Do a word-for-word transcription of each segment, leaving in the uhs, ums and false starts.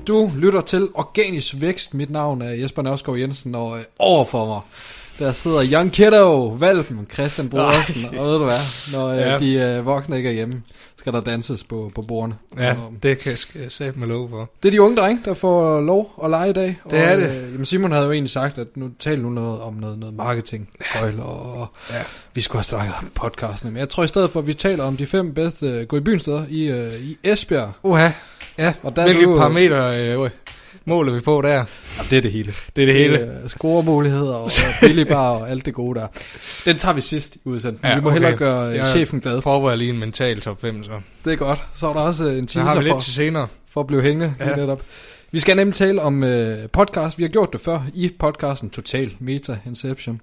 Du lytter til Organisk Vækst. Mit navn er Jesper Nørskov Jensen, og øh, overfor mig, der sidder Young Kiddo, Valpen, Christian Brodersen, og ved du hvad, når øh, ja. de øh, voksne ikke er hjemme, skal der danses på, på bordene. Ja, og, det kan jeg sætte mig lov for. Det er de unge drenge, der får lov at lege i dag. Det er og, det. Øh, jamen Simon havde jo egentlig sagt, at nu taler nu noget om noget, noget marketing, ja. og ja. vi skulle have snakket om podcasten. Men jeg tror i stedet for, at vi taler om de fem bedste gå i byen steder i, øh, i Esbjerg. Uha, ja, og der hvilke du, parametre øh, måler vi på der? Ja, det er det hele. Det er det hele. Øh, scoremuligheder og billigbar og alt det gode der. Den tager vi sidst i udsendelsen. Ja, vi må okay. hellere gøre jeg chefen glad. Jeg forbereder lige en mental top fem, så. Det er godt. Så er der også en teaser har vi lidt for, til senere. for at blive hængende. Ja. Netop. Vi skal nemlig tale om øh, podcast. Vi har gjort det før i podcasten Total Meta Inception.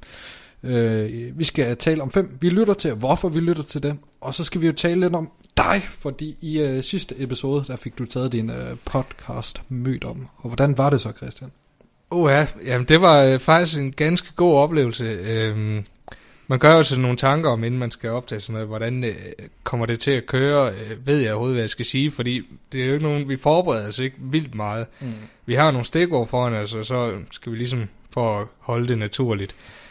Øh, vi skal tale om fem. Vi lytter til, hvorfor vi lytter til dem. Og så skal vi jo tale lidt om dig, fordi i øh, sidste episode, der fik du taget din øh, podcast mødt om. Og hvordan var det så, Christian? Åh ja, jamen det var øh, faktisk en ganske god oplevelse. Øhm, man gør jo sådan nogle tanker om, inden man skal optage sådan noget, hvordan øh, kommer det til at køre, øh, ved jeg overhovedet, hvad jeg skal sige, fordi det er jo ikke nogen, vi forbereder os ikke vildt meget. Mm. Vi har nogle stikord foran os, og så skal vi ligesom for at holde det naturligt.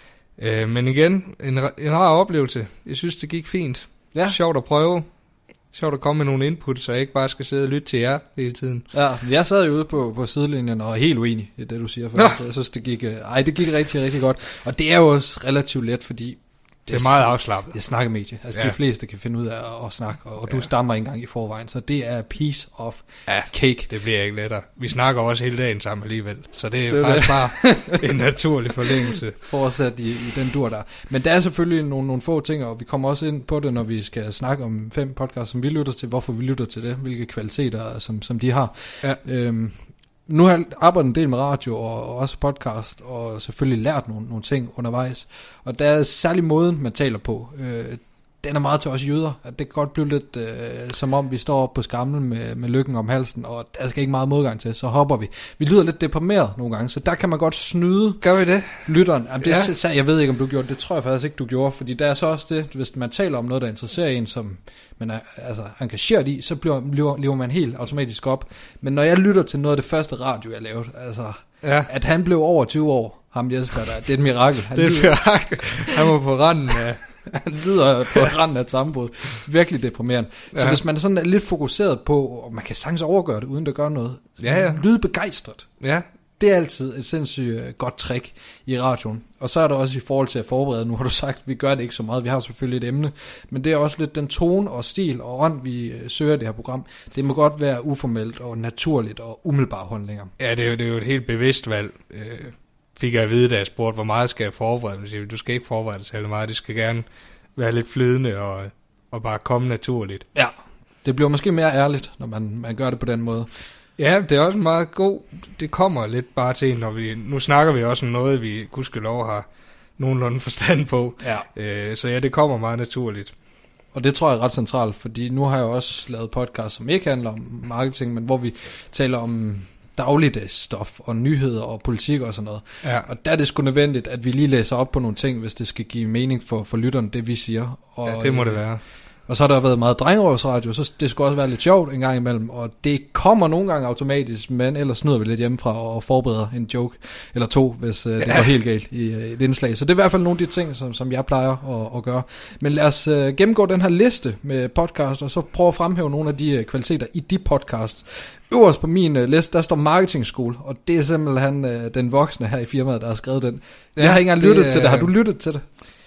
Øh, men igen, en, en rar oplevelse. Jeg synes, det gik fint. Ja. Sjovt at prøve. Sjovt at komme med nogle input, så jeg ikke bare skal sidde og lytte til jer hele tiden. Ja, jeg sad jo ude på, på sidelinjen og er helt uenig i det, du siger. For jeg synes, det gik, ej, det gik rigtig, rigtig godt. Og det er jo også relativt let, fordi det er meget afslappet. Det er snakkemedie. Altså ja. De fleste kan finde ud af at, at snakke, og, og ja. Du stammer ikke engang i forvejen, så det er piece of ja, cake. Det bliver ikke lettere. Vi snakker også hele dagen sammen alligevel, så det er det faktisk det. Bare en naturlig forlængelse. Fortsat i, i den dur der. Men der er selvfølgelig nogle, nogle få ting, og vi kommer også ind på det, når vi skal snakke om fem podcasts, som vi lytter til, hvorfor vi lytter til det, hvilke kvaliteter, som, som de har. Ja. Øhm, Nu har jeg arbejdet en del med radio og også podcast, og selvfølgelig lært nogle, nogle ting undervejs. Og der er særlig måden, man taler på. Øh, den er meget til os jøder. At det kan godt blive lidt øh, som om, vi står op på skamlen med, med lykken om halsen, og der skal ikke meget modgang til, så hopper vi. Vi lyder lidt deprimeret nogle gange, så der kan man godt snyde. Gør vi det? Lytteren. Jamen, det er, ja. Jeg ved ikke, om du gjorde det. Det tror jeg faktisk ikke, du gjorde. Fordi der er så også det, hvis man taler om noget, der interesserer en, som man er altså, engageret i, så bliver, lever, lever man helt automatisk op. Men når jeg lytter til noget af det første radio, jeg lavede, altså, ja. At han blev over tyve år, ham Jesper, der, det er et mirakel. Han det er et mirakel. Han var på randen af... Han lyder på randen af et sammenbrud. Virkelig deprimerende. Så ja. Hvis man er sådan lidt fokuseret på, og man kan sagtens overgøre det, uden det gør noget, ja, ja. Lyde begejstret. Ja. Det er altid et sindssygt godt trick i radioen. Og så er der også i forhold til at forberede, nu har du sagt, vi gør det ikke så meget, vi har selvfølgelig et emne, men det er også lidt den tone og stil og ånd, vi søger det her program. Det må godt være uformelt og naturligt og umiddelbare handlinger. Ja, det er jo, det er jo et helt bevidst valg. Øh, fik jeg at vide, da jeg spurgte, hvor meget skal jeg forberede mig. Du skal ikke forberede dig særlig meget, det skal gerne være lidt flydende og, og bare komme naturligt. Ja, det bliver måske mere ærligt, når man, man gør det på den måde. Ja, det er også meget god. Det kommer lidt bare til, når vi... Nu snakker vi også om noget, vi gudskelov har nogenlunde forstand på. Ja. Øh, så ja, det kommer meget naturligt. Og det tror jeg er ret centralt, fordi nu har jeg også lavet podcast, som ikke handler om marketing, men hvor vi taler om dagligdagsstof og nyheder og politik og sådan noget. Ja. Og der er det sgu nødvendigt, at vi lige læser op på nogle ting, hvis det skal give mening for, for lytterne, det vi siger. Og, ja, det må det være. Og så har der været meget drengerøvsradio, så det skulle også være lidt sjovt en gang imellem, og det kommer nogle gange automatisk, men ellers snyder vi lidt hjemmefra og forbereder en joke eller to, hvis uh, det går helt galt i uh, et indslag. Så det er i hvert fald nogle af de ting, som, som jeg plejer at, at gøre. Men lad os uh, gennemgå den her liste med podcast, og så prøve at fremhæve nogle af de uh, kvaliteter i de podcasts. Øverst på min uh, liste, der står Marketing School, og det er simpelthen uh, den voksne her i firmaet, der har skrevet den. Ja, jeg har ikke engang lyttet det, til det. Har du lyttet til det?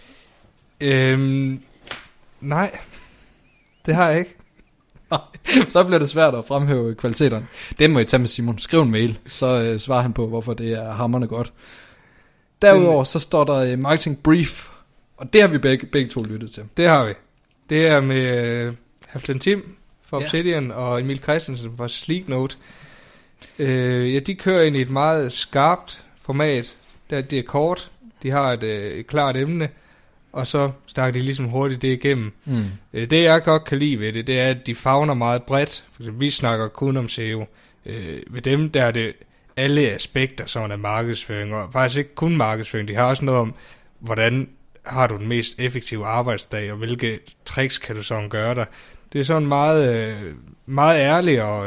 Øhm, nej. Det har jeg ikke. Så bliver det svært at fremhæve kvaliteterne. Det må I tage med Simon. Skriv en mail, så øh, svarer han på, hvorfor det er hamrende godt. Derudover så står der uh, Marketing Brief, og det har vi begge, begge to lyttet til. Det har vi. Det er med uh, Halfdan Tim fra Obsidian ja. Og Emil Christensen fra Sleeknote. Uh, ja, de kører ind i et meget skarpt format. Der, det er kort. De har et, uh, et klart emne. Og så snakker de ligesom hurtigt det igennem. Mm. Det jeg godt kan lide ved det, det er, at de favner meget bredt. For eksempel, vi snakker kun om S E O. Øh, ved dem, der er det alle aspekter, som er markedsføring, og faktisk ikke kun markedsføring. De har også noget om, hvordan har du den mest effektive arbejdsdag, og hvilke tricks kan du sådan gøre der. Det er sådan meget, meget ærligt og,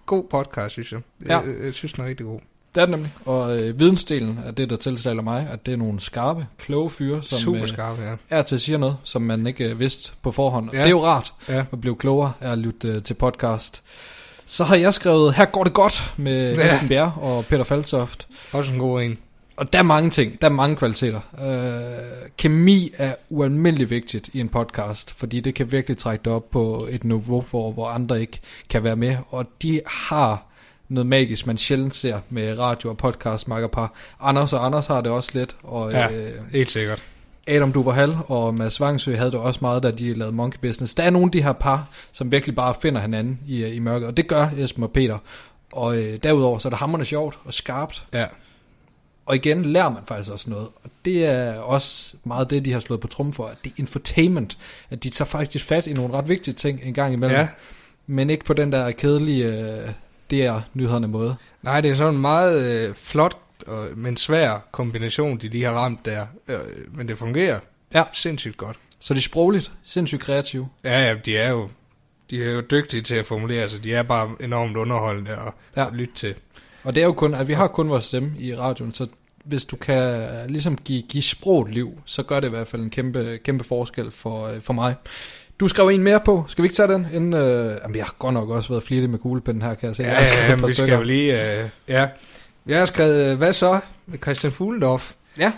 god podcast, synes jeg. Ja. Jeg, jeg synes, den er rigtig god. Det er det nemlig. Og øh, vidensdelen er det, der tiltaler mig, at det er nogle skarpe, kloge fyre, som Super skarpe, ja. øh, er til at sige noget, som man ikke øh, vidste på forhånd. Ja. Ja. Det er jo rart Ja. at blive klogere af at lytte øh, til podcast. Så har jeg skrevet, her går det godt med Ja. Esben Bjerre og Peter Faltoft. Også en god en. Og der er mange ting, der er mange kvaliteter. Øh, kemi er ualmindeligt vigtigt i en podcast, fordi det kan virkelig trække det op på et niveau, hvor, hvor andre ikke kan være med. Og de har noget magisk, man sjældent ser med radio og podcast makkerpar. Anders og Anders har det også lidt. Og, Ja, øh, helt sikkert. Adam Duverhall og Mads Vangsø havde det også meget, da de lavede Monkey Business. Der er nogle af de her par, som virkelig bare finder hinanden i, i mørket, og det gør Esben og Peter. Og øh, derudover så er det hamrende sjovt og skarpt. Ja. Og igen lærer man faktisk også noget. Og det er også meget det, de har slået på trum for, at det er infotainment. At de tager faktisk fat i nogle ret vigtige ting en gang imellem. Ja. Men ikke på den der kedelige øh, D R-nyhederne måde. Nej, det er sådan en meget øh, flot, og, men svær kombination, de lige har ramt der. Øh, men det fungerer Ja. sindssygt godt. Så de er sprogligt, sindssygt kreative. Ja, ja, de er jo, de er jo dygtige til at formulere sig. De er bare enormt underholdende at, Ja. ja. at lytte til. Og det er jo kun, at vi har kun vores stemme i radioen, så hvis du kan ligesom give, give sproget liv, så gør det i hvert fald en kæmpe, kæmpe forskel for, øh, for mig. Du skrev en mere på. Skal vi ikke tage den? Inden, øh, jamen, jeg har godt nok også været flittig med kuglepinden her, kan jeg se. Ja, Jeg har skrevet ja et par vi skal stykker. jo lige... Øh, ja. Jeg har skrevet, øh, hvad så med Christian Fuglendorf? Ja.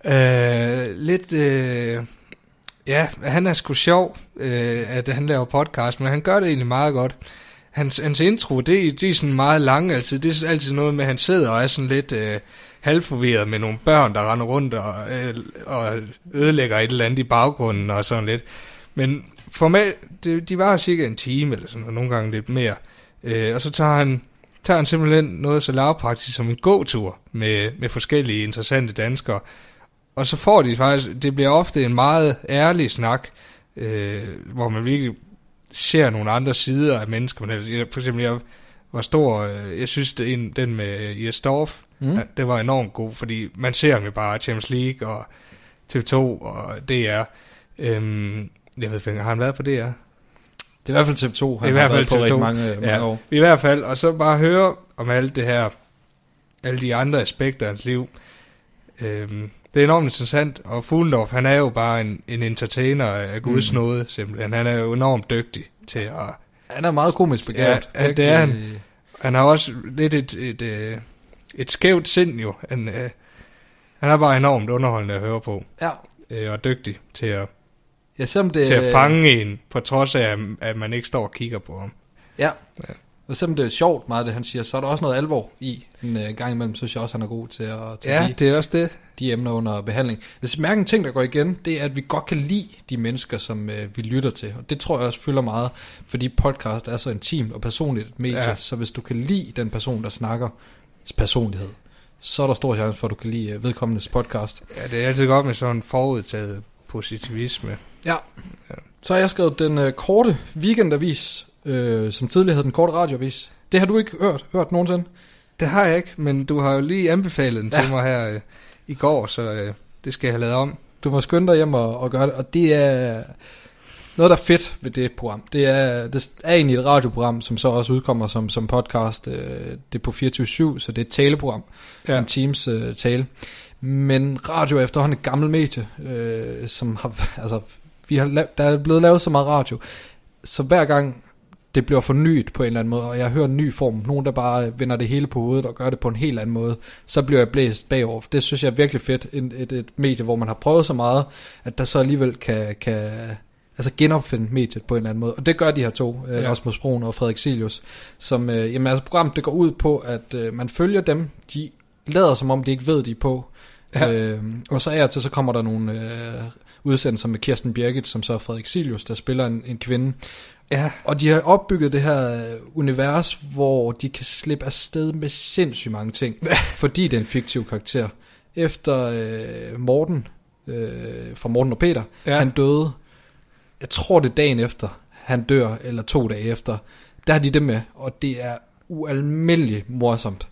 Øh, lidt... Øh, ja, han er sgu sjov, øh, at han laver podcast, men han gør det egentlig meget godt. Hans, hans intro, det, det er sådan meget lange, altså det er altid noget med, at han sidder og er sådan lidt øh, halvforvirret med nogle børn, der render rundt og, øh, og ødelægger et eller andet i baggrunden og sådan lidt. Men format, det, de var cirka en time eller sådan, og nogle gange lidt mere. Øh, og så tager han, tager han simpelthen noget så lavpraktisk som en gåtur med, med forskellige interessante danskere. Og så får de faktisk, det bliver ofte en meget ærlig snak, øh, hvor man virkelig ser nogle andre sider af mennesker. For eksempel, jeg var stor, øh, jeg synes, det en, den med Jes Dorf, mm. ja, det var enormt god, fordi man ser ham jo bare Champions League og T V to og D R. Øhm, jeg ved ikke, har han været på D R? Det er i hvert fald T V to. Han I hvert fald på rigtig T V to. mange, mange ja, år. i hvert fald. Og så bare høre om alt det her, alle de andre aspekter af hans liv. Øhm, det er enormt interessant, og Fuglendorf, han er jo bare en, en entertainer af Guds mm. nåde, simpelthen. Han er jo enormt dygtig til at... Han er meget komisk begavet. Ja, det er han. Han har også lidt et, et, et, et skævt sind, jo. Han, øh, han er bare enormt underholdende at høre på. Ja. Øh, og dygtig til at, ja, selvom det, til at fange en, på trods af, at man ikke står og kigger på ham. Ja. Ja. Og selvom det er sjovt meget, det han siger, så er der også noget alvor i. En uh, gang imellem synes jeg også, han er god til at tage ja, de, det er også det. de emner under behandling. Hvis mærker en ting, der går igen, det er, at vi godt kan lide de mennesker, som uh, vi lytter til. Og det tror jeg også fylder meget, fordi podcast er så intimt og personligt et medie. Ja. Så hvis du kan lide den person, der snakker personlighed, så er der stor chance for, at du kan lide uh, vedkommendes podcast. Ja, det er altid godt med sådan en forudtaget positivisme. Ja. Ja. Så har jeg skrevet den uh, korte weekendavis, øh, som tidligere hed den korte radioavis. Det har du ikke hørt, hørt nogensinde? Det har jeg ikke, men du har jo lige anbefalet den ja. til mig her øh, i går, så øh, det skal jeg have lavet om. Du må skynde dig hjem og, og gøre det, og det er noget, der er fedt ved det program. Det er, det er egentlig et radioprogram, som så også udkommer som, som podcast. Øh, det er på fireogtyve syv, så det er et taleprogram. Ja. En Teams øh, tale. Men radio er efterhånden et gammelt medie, øh, som har, altså, vi har lavet, der er blevet lavet så meget radio, så hver gang det bliver fornyet på en eller anden måde, og jeg hører en ny form, nogen der bare vender det hele på hovedet og gør det på en helt anden måde, så bliver jeg blæst bagover. Det synes jeg er virkelig fedt, et, et, et medie, hvor man har prøvet så meget, at der så alligevel kan, kan altså genopfinde mediet på en eller anden måde. Og det gør de her to, ja. Rasmus Broen og Frederik Silius, som, øh, jamen altså programmet, det går ud på, at øh, man følger dem, de lader som om de ikke ved, de er på, ja. øh, og så er til, så kommer der nogle øh, udsendelser med Kirsten Birgit, som så er Frederik Silius, der spiller en, en kvinde. Ja. Og de har opbygget det her univers, hvor de kan slippe afsted med sindssygt mange ting, fordi det er en fiktiv karakter. Efter øh, Morten, øh, fra Morten og Peter, ja. Han døde, jeg tror det er dagen efter, han dør, eller to dage efter, der har de det med, og det er ualmindeligt morsomt.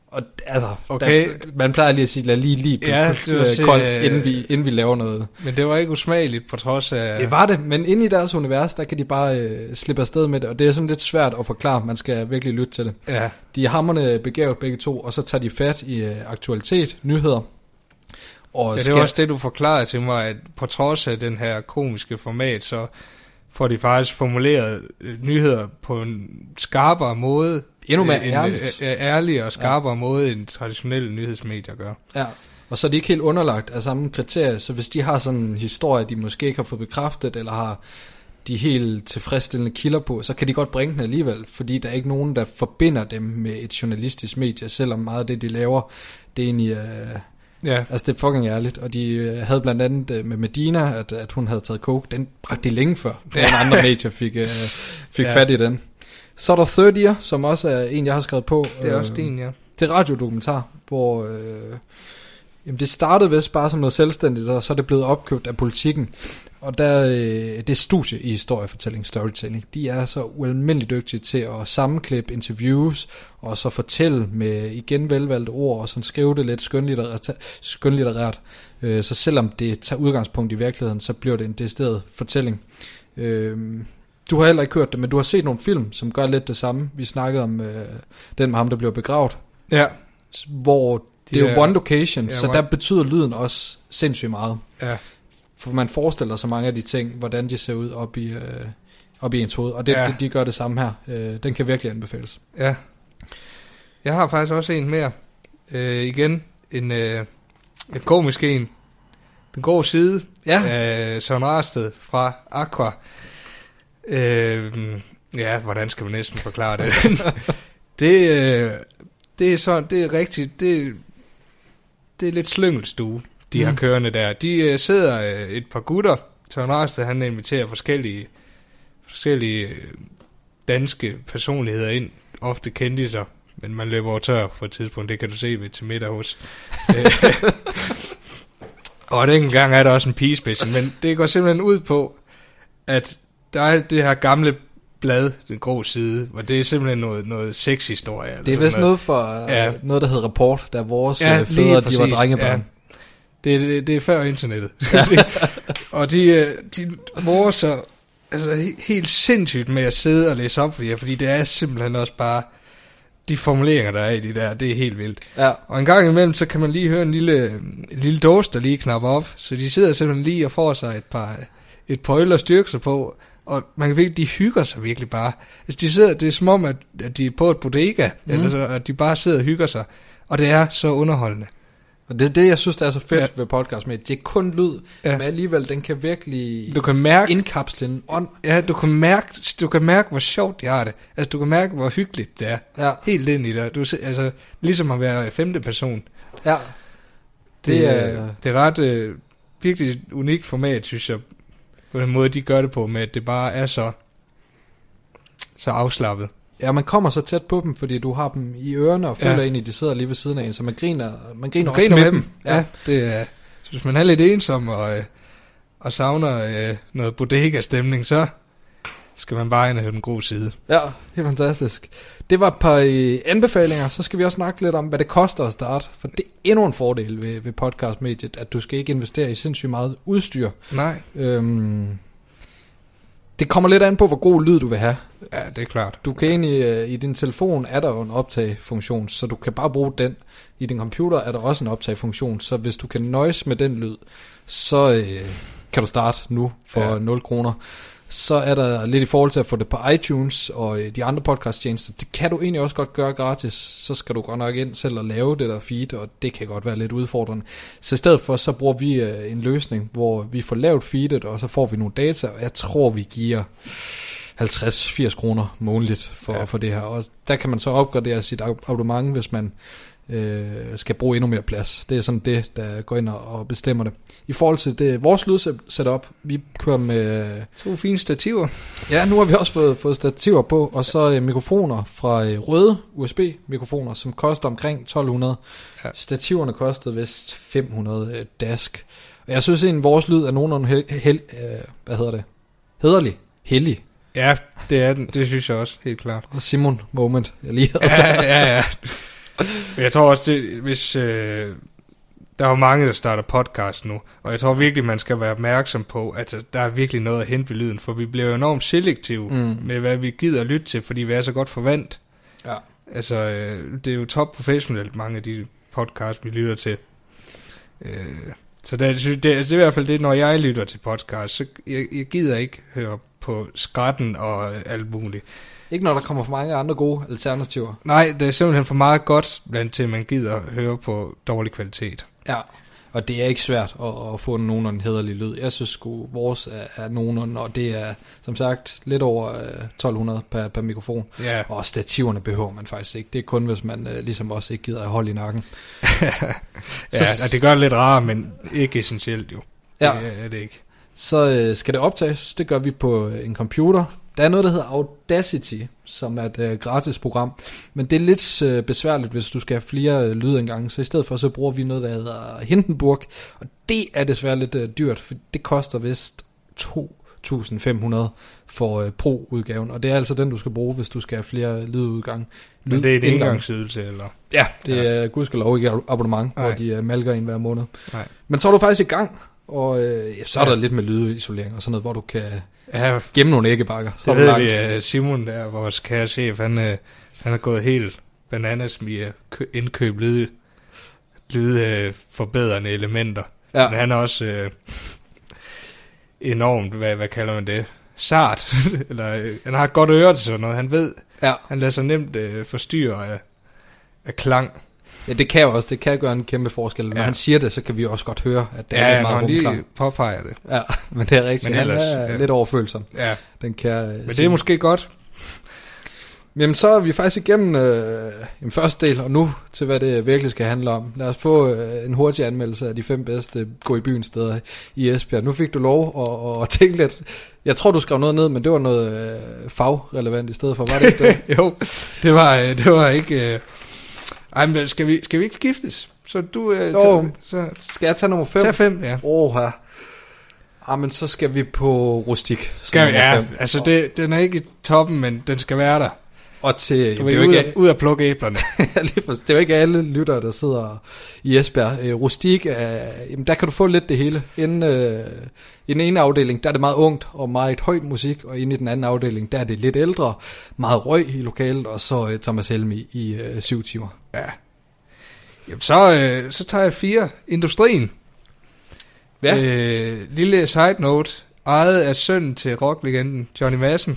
Og altså, okay. der, man plejer lige at sige, lad lige lige blive ja, kold, øh, inden, vi, inden vi laver noget. Men det var ikke usmageligt på trods af... Det var det, men inde i deres univers, der kan de bare øh, slippe afsted med det, og det er sådan lidt svært at forklare, man skal virkelig lytte til det. Ja. De er hamrende begavet begge to, og så tager de fat i øh, aktualitet, nyheder. Og ja, det skal... var også det, du forklarede til mig, at på trods af den her komiske format, så får de faktisk formuleret øh, nyheder på en skarpere måde. Endnu mere en, ærligt. Øh, ærlig og skarpere ja. måde, end traditionelle nyhedsmedier gør. Ja, og så er de ikke helt underlagt af samme kriterier, så hvis de har sådan en historie, de måske ikke har fået bekræftet, eller har de helt tilfredsstillende kilder på, så kan de godt bringe den alligevel, fordi der er ikke nogen, der forbinder dem med et journalistisk medie, selvom meget af det, de laver, det er egentlig... Øh, ja. Altså det er fucking ærligt. Og de øh, havde blandt andet øh, med Medina, at, at hun havde taget coke. Den bragte de længe før. Ja. Nogle andre medier fik, øh, fik ja. fat i den. Så er der Third Year, som også er en, jeg har skrevet på. Det er øh, også din, ja. Det er radiodokumentar, hvor... Øh, jamen det startede vist bare som noget selvstændigt, og så er det blevet opkøbt af Politikken. Og der, øh, det er studie i historiefortælling, storytelling. De er så ualmindeligt dygtige til at sammenklippe interviews, og så fortælle med igen velvalgte ord, og så skrive det lidt skønlitterært. skønlitterært. Øh, så selvom det tager udgangspunkt i virkeligheden, så bliver det en decideret fortælling. Øh, du har heller ikke hørt det, men du har set nogle film, som gør lidt det samme. Vi snakkede om øh, den med ham, der blev begravet. Ja. Hvor det er jo one location, ja, så one. der betyder lyden også sindssygt meget. Ja. For man forestiller sig mange af de ting, hvordan de ser ud op i, øh, op i ens hoved. Og det, ja. de, de gør det samme her. Øh, den kan virkelig anbefales. Ja. Jeg har faktisk også en mere. Øh, igen, en, øh, en komisk en. Den gode side ja. af Søren Rarsted fra Aqua. Øh, ja, hvordan skal man næsten forklare det? det, øh, det er sådan, det er rigtigt, det, det er lidt slyngelstue, de mm. har kørende der. De øh, sidder øh, et par gutter. Søren Rarsted, han inviterer forskellige, forskellige øh, danske personligheder ind. Ofte kendiser, men man løber over tør for et tidspunkt. Det kan du se ved til middag hos. Og den gang er der også en pigespecial, men det går simpelthen ud på, at der er det her gamle blad, den grå side, hvor det er simpelthen noget, noget sexhistorie. Det er vist noget for ja. noget, der hedder Rapport, der vores ja, fædre, de var drengebørn. Ja. Det, det, det er før internettet. Og de, de vores så altså, helt sindssygt med at sidde og læse op for jer, fordi det er simpelthen også bare de formuleringer, der er i de der, det er helt vildt. Ja. Og en gang imellem, så kan man lige høre en lille, en lille dåse, der lige knapper op, så de sidder simpelthen lige og får sig et par, et par øl og styrke sig på, og man kan virkelig, de hygger sig virkelig bare. Altså, de sidder, det er som om, at, at de er på et bodega, mm. eller så, at de bare sidder og hygger sig, og det er så underholdende. Og det er det, jeg synes, der er så fedt ja. ved podcast med. Det er kun lyd, ja. men alligevel, den kan virkelig du kan mærke, indkapsle en ånd. Ja, du kan, mærke, du kan mærke, hvor sjovt de har det. Altså, du kan mærke, hvor hyggeligt det er. Ja. Helt ind i det. Du, altså, ligesom at være femte person. Ja. Det, det er, det er ret øh, virkelig unikt format, synes jeg, på den måde, de gør det på, med at det bare er så, så afslappet. Ja, man kommer så tæt på dem, fordi du har dem i ørerne og føler ja. ind i, de sidder lige ved siden af en, så man griner, man griner, man griner også med dem. dem. Ja, ja, det er, så hvis man er lidt ensom og, øh, og savner øh, noget bodega-stemning, så skal man bare ind og høre den gode side. Ja, helt fantastisk. Det var et par øh, anbefalinger, så skal vi også snakke lidt om, hvad det koster at starte, for det er endnu en fordel ved, ved podcastmediet, at du skal ikke investere i sindssygt meget udstyr. Nej. Øhm, det kommer lidt an på, hvor god lyd du vil have. Ja, det er klart. Du kan egentlig, i din telefon er der jo en optagefunktion, så du kan bare bruge den. I din computer er der også en optagefunktion, så hvis du kan nøjes med den lyd, så øh, kan du starte nu for ja. nul kroner. Så er der lidt i forhold til at få det på iTunes og de andre podcasttjenester. Det kan du egentlig også godt gøre gratis. Så skal du godt nok ind selv og lave det der feed, og det kan godt være lidt udfordrende. Så i stedet for, så bruger vi øh, en løsning, hvor vi får lavet feedet, og så får vi nogle data, og jeg tror, vi giver halvtreds til firs kroner månedligt for, ja. for det her. Og der kan man så opgradere sit abonnement, hvis man øh, skal bruge endnu mere plads. Det er sådan det, der går ind og bestemmer det. I forhold til det, vores lydsetup, vi kører med to fine stativer. Ja, nu har vi også fået, fået stativer på, og så øh, mikrofoner fra øh, røde U S B-mikrofoner, som koster omkring tolv hundrede. Ja. Stativerne kostede vist fem hundrede øh, dask. Og jeg synes egentlig, vores lyd er nogenlunde hel, hel, øh, hvad hedder det? Hederlig. Hellig. Ja, det er den. Det synes jeg også, helt klart. Og Simon moment, jeg lige havde. Ja, ja, ja. Jeg tror også, det, hvis... Øh, der er jo mange, der starter podcast nu, og jeg tror virkelig, man skal være opmærksom på, at der er virkelig noget at hente ved lyden, for vi bliver jo enormt selektive mm. med, hvad vi gider at lytte til, fordi vi er så godt forvant. Ja. Altså, øh, det er jo top professionelt, mange af de podcasts, vi lytter til. Øh, så det, det, det er i hvert fald det, når jeg lytter til podcast, så jeg, jeg gider ikke høre på skratten og alt muligt. Ikke når der kommer for mange andre gode alternativer. Nej, det er simpelthen for meget godt, blandt til man gider høre på dårlig kvalitet. Ja, og det er ikke svært at, at få nogenlunde hæderlig lyd. Jeg synes sgu, vores er, er nogenlunde, og det er som sagt lidt over uh, tolv hundrede per, per mikrofon. Ja. Og stativerne behøver man faktisk ikke. Det er kun, hvis man uh, ligesom også ikke gider at holde i nakken. Ja, så, det gør det lidt rart, men ikke essentielt jo. Ja. Det er det ikke. Så uh, skal det optages. Det gør vi på uh, en computer. Der er noget, der hedder Audacity, som er et øh, gratis program, men det er lidt øh, besværligt, hvis du skal have flere øh, lydindgange, så i stedet for så bruger vi noget, der hedder Hindenburg, og det er desværre lidt øh, dyrt, for det koster vist to tusind fem hundrede for øh, Pro-udgaven, og det er altså den, du skal bruge, hvis du skal have flere lydudgange. Lyd- men det er et indgangsydelse, eller? Ja, det er ja. gudskelov ikke abonnement, Nej. hvor de øh, malker en hver måned. Nej. Men så er du faktisk i gang, og øh, ja, så er der ja. lidt med lydisolering og sådan noget, hvor du kan... Ja, gemme nogle æggebakker. Så det ved vi, Simon der, vores kære chef, han, han er gået helt bananas med indkøb lyde, lyde forbedrende elementer. Ja. Men han er også øh, enormt, hvad, hvad kalder man det, sart. Eller, øh, han har et godt øre til sådan noget. Han ved, ja. Han lader sig nemt øh, forstyrre af, af klang. Ja, det kan jo også, det kan gøre en kæmpe forskel. Når ja. han siger det, så kan vi også godt høre, at det ja, er lidt meget rumklang. Ja, lige påpeger det. Ja, men det er rigtigt. Men ellers, han er ja. lidt overfølsom. Ja. Den kan, men det er måske godt. Jamen, så er vi faktisk igennem øh, en første del, og nu til, hvad det virkelig skal handle om. Lad os få øh, en hurtig anmeldelse af de fem bedste gå i byen steder i Esbjerg. Nu fik du lov at, at tænke lidt. Jeg tror, du skrev noget ned, men det var noget øh, fagrelevant i stedet for, var det ikke det? Jo, det var, det var ikke... Øh... Ej, men skal vi, skal vi ikke skiftes? Så du... Øh, jo, tager, så... skal jeg tage nummer fem? Tag fem, ja. Åh, her. Ah, men så skal vi på Rustik. Skal vi, ja, fem. Altså det, den er ikke i toppen, men den skal være der. Og til... Du vil ud, ikke, ud at plukke æblerne. Det er jo ikke alle lyttere, der sidder i Esbjerg. Øh, Rustik, er, jamen, der kan du få lidt det hele. Inden, øh, i den ene afdeling, der er det meget ungt og meget højt musik, og inde i den anden afdeling, der er det lidt ældre, meget røg i lokalet, og så øh, Thomas Helmi i øh, syv timer. Ja. Jamen, så, øh, så tager jeg fire. Industrien. Ja. Øh, lille side note. Ejet af sønnen til rocklegenden Johnny Madsen.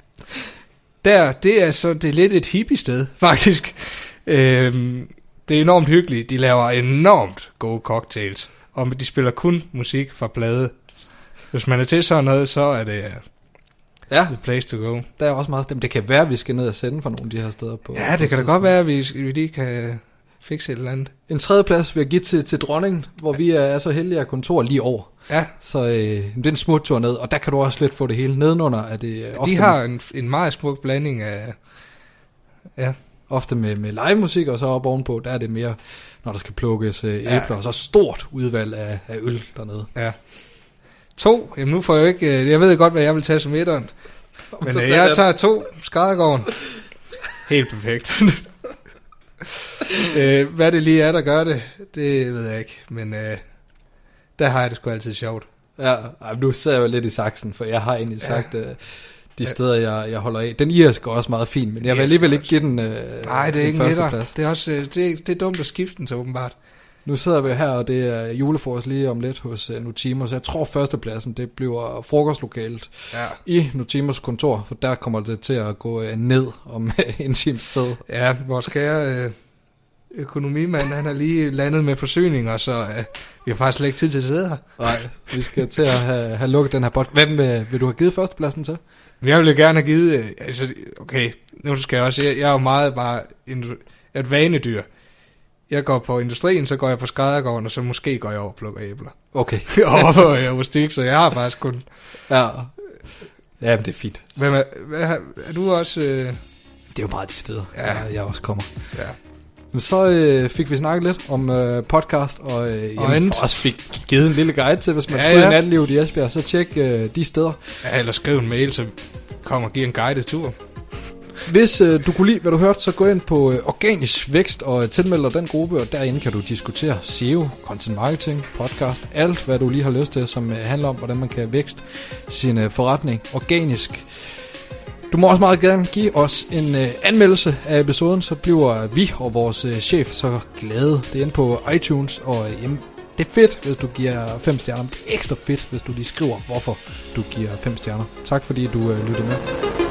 Der, det er så, det er lidt et hippie-sted, faktisk. Øhm, det er enormt hyggeligt. De laver enormt gode cocktails. Og de spiller kun musik fra plade. Hvis man er til sådan noget, så er det ja. the place to go. Der er også meget stemt. Det kan være, at vi skal ned og sende for nogle af de her steder. På, ja, det kan da godt være, at vi, vi lige kan fikse et eller andet. En tredje plads vil jeg give til, til Dronningen, hvor vi er, er så heldige at kontor lige over. Ja. Så øh, det er en smut tur ned, og der kan du også lidt få det hele nedenunder. Er det, øh, de har en, en meget smuk blanding af... Ja. Ofte med, med live musik, og så op ovenpå, der er det mere, når der skal plukkes øh, æbler, ja. Og så stort udvalg af, af øl dernede. Ja. To, jamen nu får jeg jo ikke... Øh, jeg ved godt, hvad jeg vil tage som etteren. Men øh, jeg tager to, Skræddergården. Helt perfekt. øh, hvad det lige er, der gør det, det ved jeg ikke, men... Øh, der har jeg det sgu altid sjovt. Ja, nu sidder jeg jo lidt i saksen, for jeg har egentlig sagt ja. uh, de steder, jeg, jeg holder af. Den irske er også meget fin, men jeg vil alligevel ikke give den uh, nej, det er ikke første plads. Det er også det er, det er dumt at skifte den så åbenbart. Nu sidder vi her, og det er julefrokost lige om lidt hos uh, Nutimos. Jeg tror førstepladsen, det bliver frokostlokalet ja. i Nutimos kontor, for der kommer det til at gå uh, ned om en times sted. Ja, vores kære... Uh, økonomimand, han er lige landet med forsyninger, så øh, vi har faktisk slet ikke tid til at sidde her. Nej, vi skal til at have, have lukket den her podcast. Hvem øh, vil du have givet førstepladsen til? Jeg ville gerne have givet, øh, altså, okay, nu skal jeg også, jeg, jeg er jo meget bare en, et vanedyr. Jeg går på industrien, så går jeg på Skræddergården, og så måske går jeg over og plukker æbler. Okay. Over på øh, Rustik, så jeg har faktisk kun... Ja, ja, men det er fint. Hvem er, hvad, er du også... Øh... Det er jo meget de steder, ja. jeg, jeg også kommer. Ja. Men så øh, fik vi snakket lidt om øh, podcast, og, øh, og jamen, også fik givet en lille guide til, hvis man ja, skulle ja. i nattelivet i Esbjerg, så tjek øh, de steder. Ja, eller skriv en mail, så kom og giv en guided tur. Hvis øh, du kunne lide, hvad du hørte, så gå ind på øh, Organisk Vækst og øh, tilmeld dig den gruppe, og derinde kan du diskutere S E O, content marketing, podcast, alt hvad du lige har lyst til, som øh, handler om, hvordan man kan vækste sin øh, forretning organisk. Du må også meget gerne give os en øh, anmeldelse af episoden, så bliver vi og vores øh, chef så glade. Det er inde på iTunes, og øh, jamen, det er fedt, hvis du giver fem stjerner. Det er ekstra fedt, hvis du lige skriver, hvorfor du giver fem stjerner. Tak fordi du øh, lyttede med.